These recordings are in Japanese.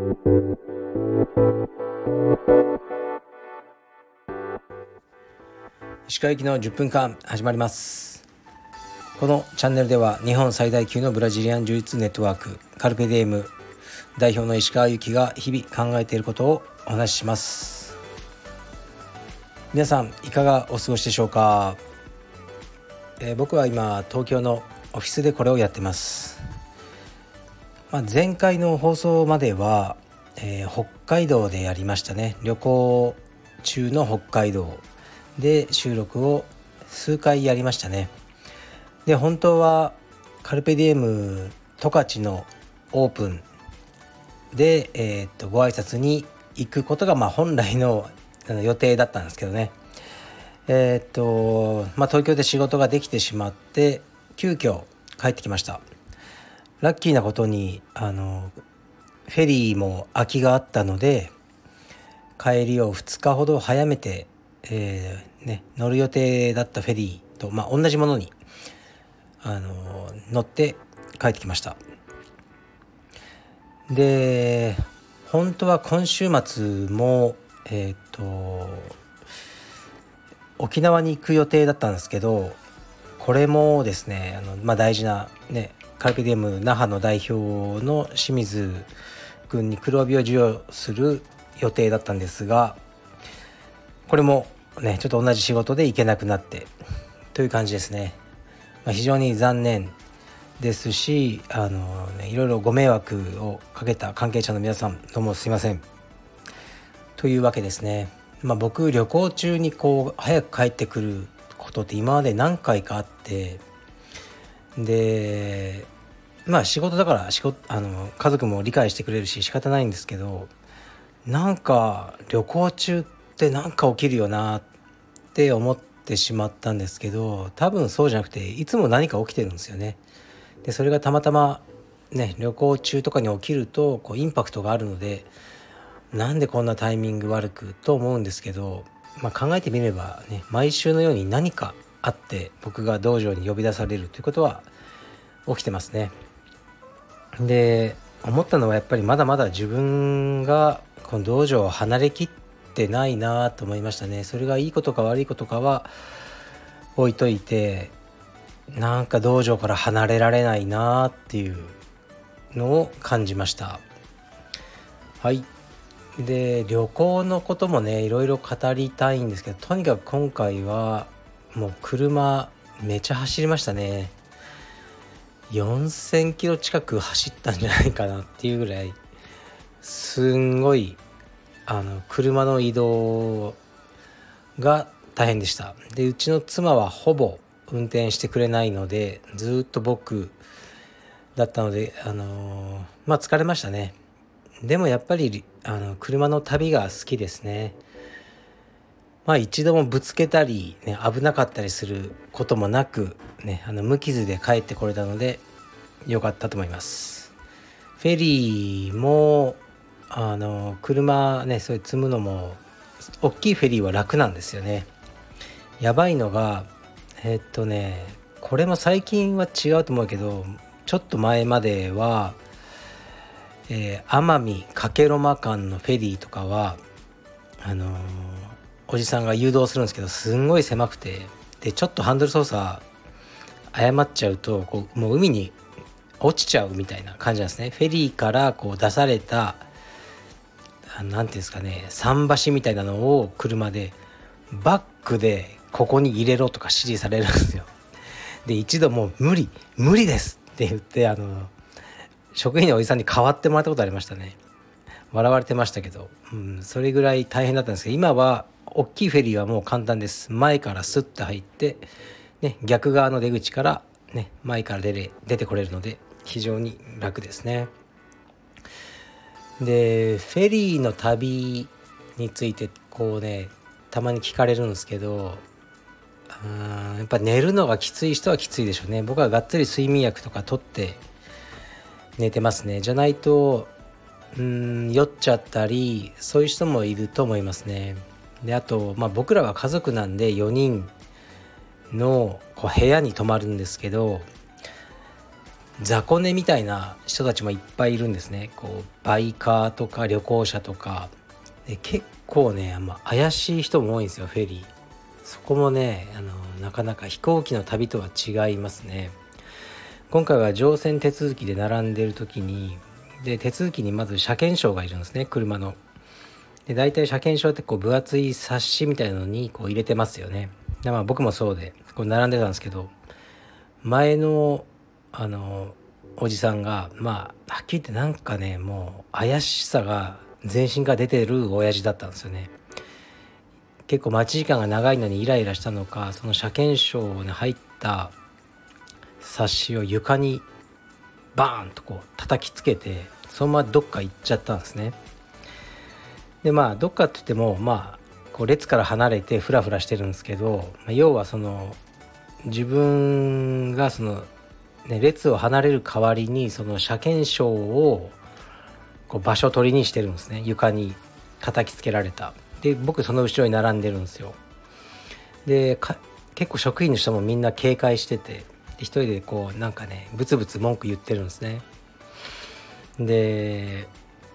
石川行きの10分間始まります。このチャンネルでは日本最大級のブラジリアン柔術ネットワークカルペディエム代表の石川行きが日々考えていることをお話しします。皆さんいかがお過ごしでしょうか。僕は今東京のオフィスでこれをやってます。前回の放送までは、北海道でやりましたね。旅行中の北海道で収録を数回やりましたね。で、本当はカルペディエム十勝のオープンで、ご挨拶に行くことが本来の予定だったんですけどね。東京で仕事ができてしまって急遽帰ってきました。ラッキーなことにフェリーも空きがあったので帰りを2日ほど早めて、乗る予定だったフェリーと、同じものに乗って帰ってきました。で、本当は今週末も沖縄に行く予定だったんですけど、これもですね大事なカルペディエム那覇の代表の清水君に黒帯を授与する予定だったんですが、これもちょっと同じ仕事で行けなくなってという感じですね。非常に残念ですし、いろいろご迷惑をかけた関係者の皆さん、どうもすいませんというわけですね。僕旅行中に早く帰ってくることって今まで何回かあって、で仕事だから家族も理解してくれるし仕方ないんですけど、旅行中って起きるよなって思ってしまったんですけど、多分そうじゃなくていつも何か起きてるんですよね。でそれがたまたま旅行中とかに起きるとインパクトがあるので、なんでこんなタイミング悪くと思うんですけど、考えてみれば毎週のように何かあって僕が道場に呼び出されるということは起きてますね。で、思ったのはやっぱりまだまだ自分がこの道場を離れきってないなと思いましたね。それがいいことか悪いことかは置いといて、道場から離れられないなっていうのを感じました。はい。で、旅行のこともいろいろ語りたいんですけど、とにかく今回はもう車めちゃ走りましたね。4000キロ近く走ったんじゃないかなっていうぐらいすんごい車の移動が大変でした。で、うちの妻はほぼ運転してくれないのでずっと僕だったので疲れましたね。でもやっぱり車の旅が好きですね。一度もぶつけたり、危なかったりすることもなく、無傷で帰ってこれたので良かったと思います。フェリーも車そういう積むのも大きいフェリーは楽なんですよね。やばいのがこれも最近は違うと思うけど、ちょっと前までは奄美加計呂麻間のフェリーとかはおじさんが誘導するんですけど、すんごい狭くて、でちょっとハンドル操作誤っちゃうともう海に落ちちゃうみたいな感じなんですね。フェリーから出されたなんていうんですかね、桟橋みたいなのを車でバックでここに入れろとか指示されるんですよ。で、一度もう無理ですって言って職員のおじさんに代わってもらったことありましたね。笑われてましたけど、それぐらい大変だったんですけど、今は大きいフェリーはもう簡単です。前からスッと入って、逆側の出口から、前から出てこれるので非常に楽ですね。で、フェリーの旅についてたまに聞かれるんですけど、やっぱ寝るのがきつい人はきついでしょうね。僕はがっつり睡眠薬とか取って寝てますね。じゃないと酔っちゃったり、そういう人もいると思いますね。で、あと僕らは家族なんで4人の部屋に泊まるんですけど、 雑魚寝みたいな人たちもいっぱいいるんですね。こうバイカーとか旅行者とかで、結構ね、怪しい人も多いんですよ、フェリー。そこもね、なかなか飛行機の旅とは違いますね。今回は乗船手続きで並んでる時に、で手続きにまず車検証がいるんですね、車の。で大体車検証ってこう分厚い冊子みたいなのにこう入れてますよね。で僕もそうでこう並んでたんですけど、前のおじさんがはっきり言ってなんかね、もう怪しさが全身から出てる親父だったんですよね。結構待ち時間が長いのにイライラしたのか、その車検証に入った冊子を床にバーンとこう叩きつけて、そのままどっか行っちゃったんですね。でどっかって言ってもこう列から離れてフラフラしてるんですけど、要はその自分がその、列を離れる代わりにその車検証をこう場所取りにしてるんですね。床に叩きつけられた。で僕その後ろに並んでるんですよ。で結構職員の人もみんな警戒してて、一人でこうなんかねブツブツ文句言ってるんですね。で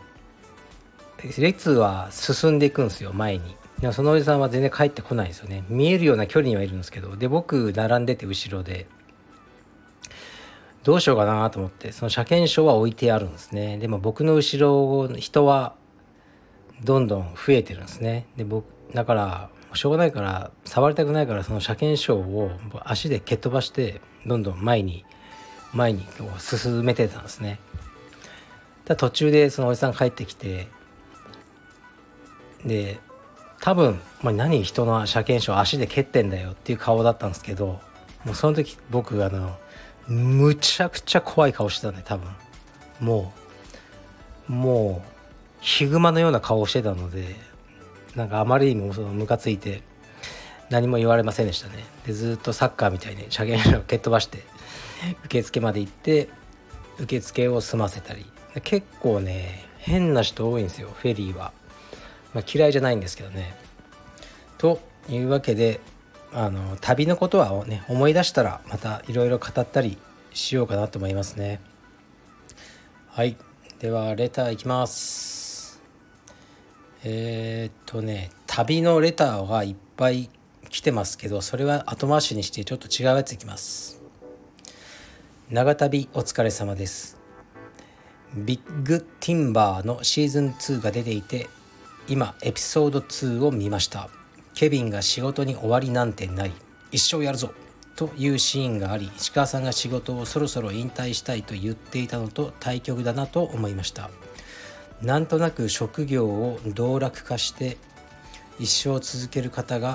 列は進んでいくんですよ、前に。でもそのおじさんは全然帰ってこないんですよね。見えるような距離にはいるんですけど、で僕並んでて後ろでどうしようかなと思って、その車検証は置いてあるんですね。でも僕の後ろ人はどんどん増えてるんですね。で僕だからしょうがないから、触りたくないから、その車検証を足で蹴っ飛ばしてどんどん前にこう進めてたんですね。途中でそのおじさん帰ってきて、で多分、何人の車検証足で蹴ってんだよっていう顔だったんですけど、もうその時僕むちゃくちゃ怖い顔してたんで、多分もうヒグマのような顔をしてたので、なんかあまりにもムカついて何も言われませんでしたね。でずっとサッカーみたいに車検証を蹴っ飛ばして受付まで行って受付を済ませたり。結構ね変な人多いんですよ、フェリーは。嫌いじゃないんですけどね。というわけで旅のことはね、思い出したらまたいろいろ語ったりしようかなと思いますね。はい、ではレターいきます。旅のレターがいっぱい来てますけど、それは後回しにしてちょっと違うやついきます。長旅お疲れ様です。ビッグティンバーのシーズン2が出ていて、今エピソード2を見ました。ケビンが仕事に終わりなんてない、一生やるぞというシーンがあり、石川さんが仕事をそろそろ引退したいと言っていたのと対極だなと思いました。なんとなく職業を道楽化して一生続ける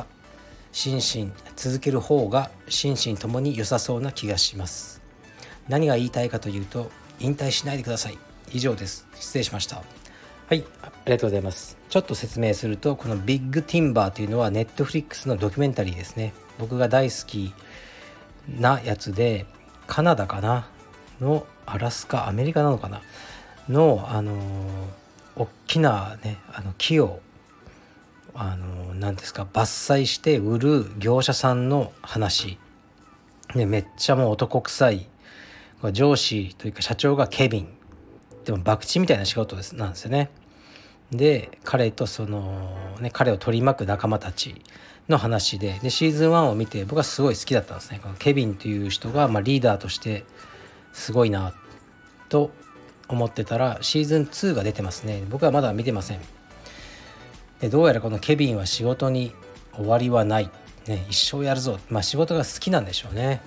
続ける方が心身ともに良さそうな気がします。何が言いたいかというと、引退しないでください。以上です。失礼しました。はい、ありがとうございます。ちょっと説明すると、このビッグティンバーというのはネットフリックスのドキュメンタリーですね。僕が大好きなやつで、カナダかなのアラスカ、アメリカなのかなの大きなね木を何ですか伐採して売る業者さんの話で、めっちゃもう男臭い上司というか社長がケビンでも博打みたいな仕事なんですよね。で彼と彼を取り巻く仲間たちの話で、シーズン1を見て僕はすごい好きだったんですね。このケビンという人がリーダーとしてすごいなと思ってたら、シーズン2が出てますね。僕はまだ見てません。でどうやらこのケビンは仕事に終わりはない、一生やるぞ、仕事が好きなんでしょうね。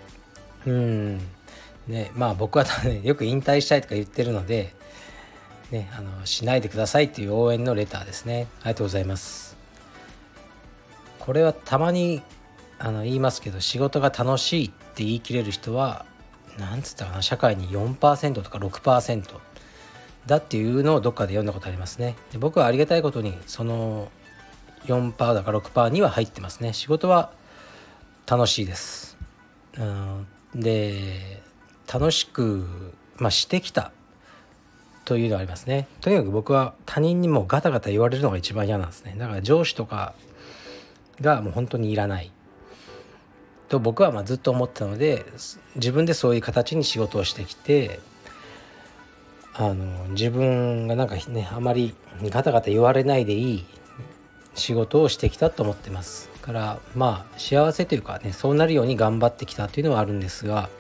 僕は、よく引退したいとか言ってるので、しないでくださいっていう応援のレターですね。ありがとうございます。これはたまに言いますけど、仕事が楽しいって言い切れる人はなんつったかな、社会に 4% とか 6% だっていうのをどっかで読んだことありますね。で僕はありがたいことにその 4% だか 6% には入ってますね。仕事は楽しいです。で楽しく、してきたというのがありますね。とにかく僕は他人にもガタガタ言われるのが一番嫌なんですね。だから上司とかがもう本当にいらない。 と僕はずっと思ってたので、自分でそういう形に仕事をしてきて、自分があまりガタガタ言われないでいい仕事をしてきたと思ってますから、幸せというかね、そうなるように頑張ってきたというのはあるんですが、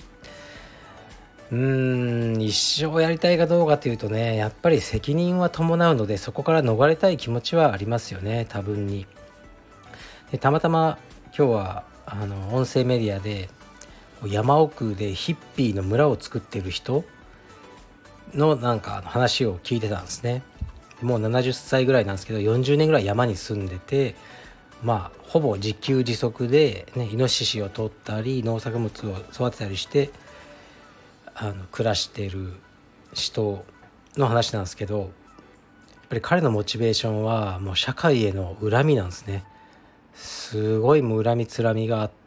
一生やりたいかどうかというとね、やっぱり責任は伴うので、そこから逃れたい気持ちはありますよね、多分に。でたまたま今日は音声メディアで山奥でヒッピーの村を作っている人の話を聞いてたんですね。もう70歳ぐらいなんですけど、40年ぐらい山に住んでて、ほぼ自給自足で、イノシシを取ったり農作物を育てたりして暮らしている人の話なんですけど、やっぱり彼のモチベーションはもう社会への恨みなんですね。すごいもう恨みつらみがあって、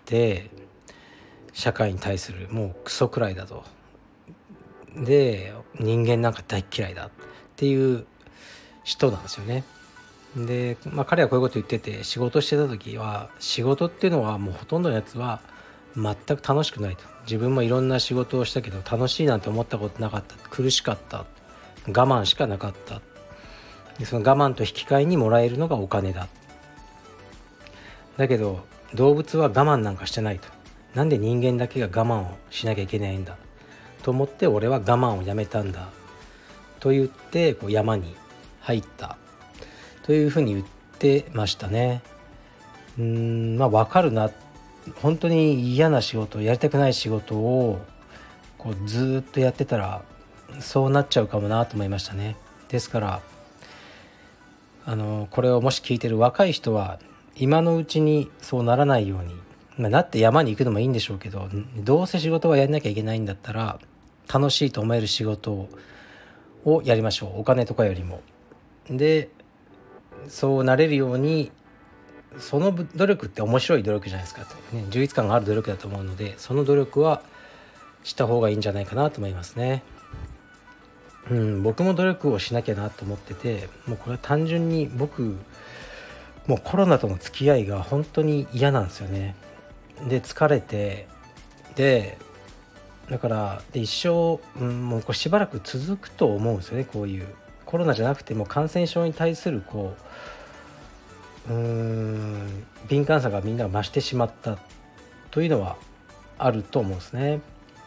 社会に対するもうクソくらいだと、で人間なんか大嫌いだっていう人なんですよね。で、彼はこういうこと言ってて、仕事してた時は、仕事っていうのはもうほとんどのやつは全く楽しくないと。自分もいろんな仕事をしたけど楽しいなんて思ったことなかった、苦しかった、我慢しかなかった。でその我慢と引き換えにもらえるのがお金だ。だけど動物は我慢なんかしてないと。なんで人間だけが我慢をしなきゃいけないんだと思って、俺は我慢をやめたんだと言って山に入ったというふうに言ってましたね。分かるな。本当に嫌な仕事、やりたくない仕事をずっとやってたらそうなっちゃうかもなと思いましたね。ですからこれをもし聞いてる若い人は、今のうちにそうならないように、なって山に行くのもいいんでしょうけど、どうせ仕事はやんなきゃいけないんだったら楽しいと思える仕事をやりましょう、お金とかよりも。でそうなれるように、その努力って面白い努力じゃないですかと、充実感がある努力だと思うので、その努力はした方がいいんじゃないかなと思いますね。僕も努力をしなきゃなと思ってて、もうこれは単純に僕もうコロナとの付き合いが本当に嫌なんですよね。で疲れて、だから一生、もうこれしばらく続くと思うんですよね。こういうコロナじゃなくても感染症に対する敏感さがみんなが増してしまったというのはあると思うんですね。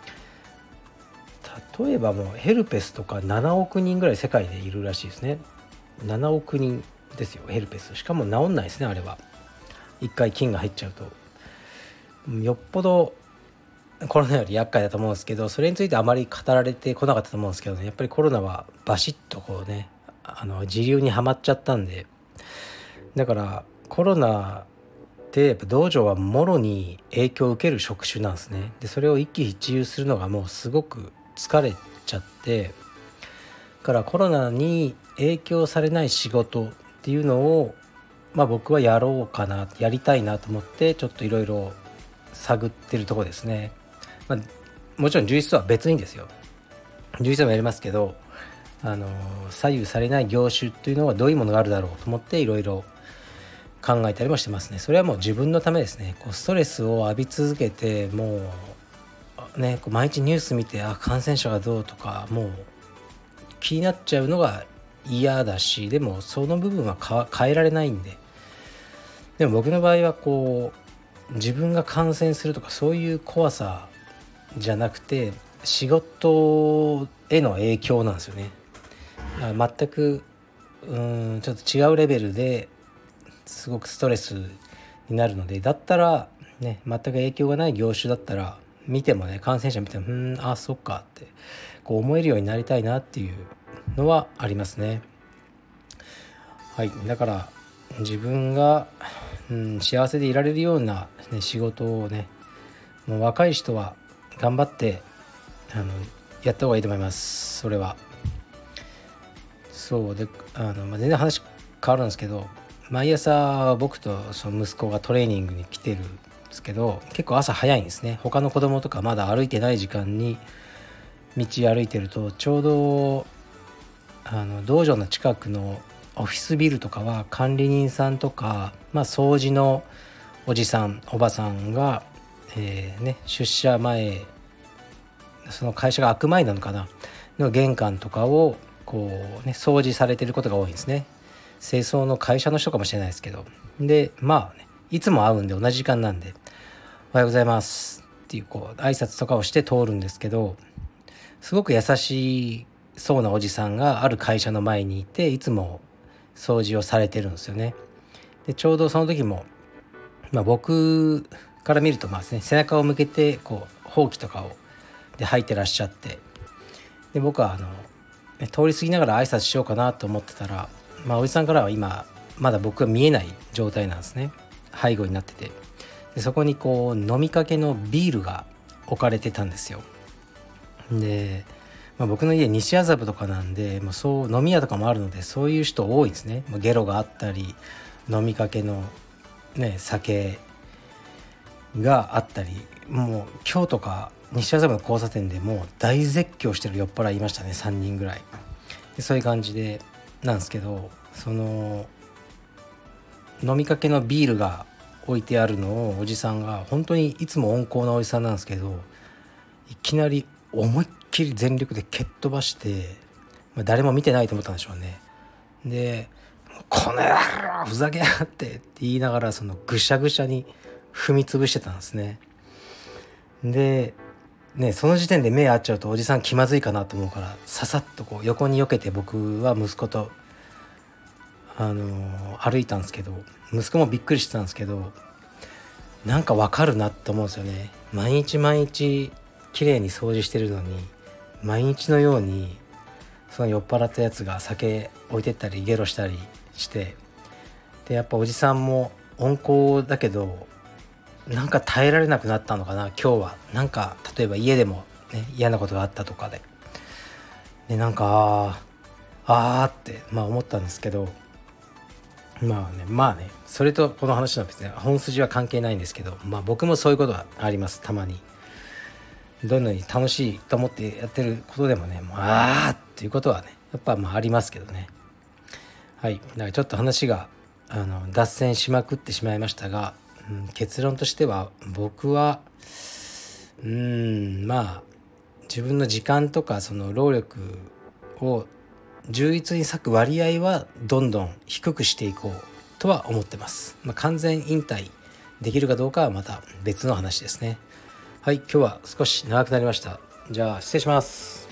例えばもうヘルペスとか7億人ぐらい世界でいるらしいですね。7億人ですよ、ヘルペス。しかも治んないですね、あれは。一回菌が入っちゃうと。よっぽどコロナより厄介だと思うんですけど、それについてあまり語られてこなかったと思うんですけどね。やっぱりコロナはバシッと時流にはまっちゃったんで、だからコロナってやっぱ道場はもろに影響を受ける職種なんですね。でそれを一喜一憂するのがもうすごく疲れちゃって、だからコロナに影響されない仕事っていうのを僕はやろうかな、やりたいなと思ってちょっといろいろ探ってるところですね。もちろん充実は別にですよ、充実もやりますけど、左右されない業種っていうのはどういうものがあるだろうと思っていろいろ考えたりもしてますね。それはもう自分のためですね。ストレスを浴び続けて、もうね、毎日ニュース見て感染者がどうとか、もう気になっちゃうのが嫌だし、でもその部分は変えられないんで。でも僕の場合は自分が感染するとかそういう怖さじゃなくて、仕事への影響なんですよね。全くちょっと違うレベルですごくストレスになるので、だったらね、全く影響がない業種だったら見てもね、感染者見てもそっかって思えるようになりたいなっていうのはありますね。はい、だから自分が、幸せでいられるような、仕事をね、もう若い人は頑張ってやった方がいいと思います。それはそうで、全然話変わるんですけど、毎朝僕とその息子がトレーニングに来てるんですけど、結構朝早いんですね。他の子供とかまだ歩いてない時間に道歩いてると、ちょうど道場の近くのオフィスビルとかは管理人さんとか、掃除のおじさんおばさんが出社前、その会社が開く前なのかなの玄関とかをこうね掃除されてることが多いんですね。清掃の会社の人かもしれないですけど、でまあねいつも会うんで同じ時間なんでおはようございますっていうこう挨拶とかをして通るんですけど、すごく優しそうなおじさんがある会社の前にいて、いつも掃除をされてるんですよね。でちょうどその時も、僕から見ると背中を向けてこうほうきとかをで履いてらっしゃって、で僕は通り過ぎながら挨拶しようかなと思ってたら、おじさんからは今まだ僕が見えない状態なんですね。背後になってて、でそこにこう飲みかけのビールが置かれてたんですよ。で、僕の家西麻布とかなんで、そう飲み屋とかもあるのでそういう人多いですね。ゲロがあったり飲みかけの酒があったり、もう今日とか西麻布の交差点でもう大絶叫してる酔っ払いいましたね、3人ぐらいで。そういう感じでなんですけど、その飲みかけのビールが置いてあるのをおじさんが、本当にいつも温厚なおじさんなんですけど、いきなり思いっきり全力で蹴っ飛ばして、誰も見てないと思ったんでしょうね。でこの野郎ふざけやがってって言いながら、そのぐしゃぐしゃに踏み潰してたんですね。でその時点で目合っちゃうとおじさん気まずいかなと思うから、ささっとこう横に避けて僕は息子と歩いたんですけど、息子もびっくりしてたんですけど、なんかわかるなって思うんですよね。毎日毎日綺麗に掃除してるのに、毎日のようにその酔っ払ったやつが酒置いてったりゲロしたりして、でやっぱおじさんも温厚だけどなんか耐えられなくなったのかな今日は。なんか例えば家でも、嫌なことがあったとかでなんかって、思ったんですけど、それとこの話は別に本筋は関係ないんですけど、僕もそういうことはあります。たまにどんなに楽しいと思ってやってることでもね、っていうことはねやっぱありますけどね。はい、だからちょっと話が脱線しまくってしまいましたが、結論としては僕は自分の時間とかその労力を充実に割く割合はどんどん低くしていこうとは思ってます。完全引退できるかどうかはまた別の話ですね。はい、今日は少し長くなりました。じゃあ失礼します。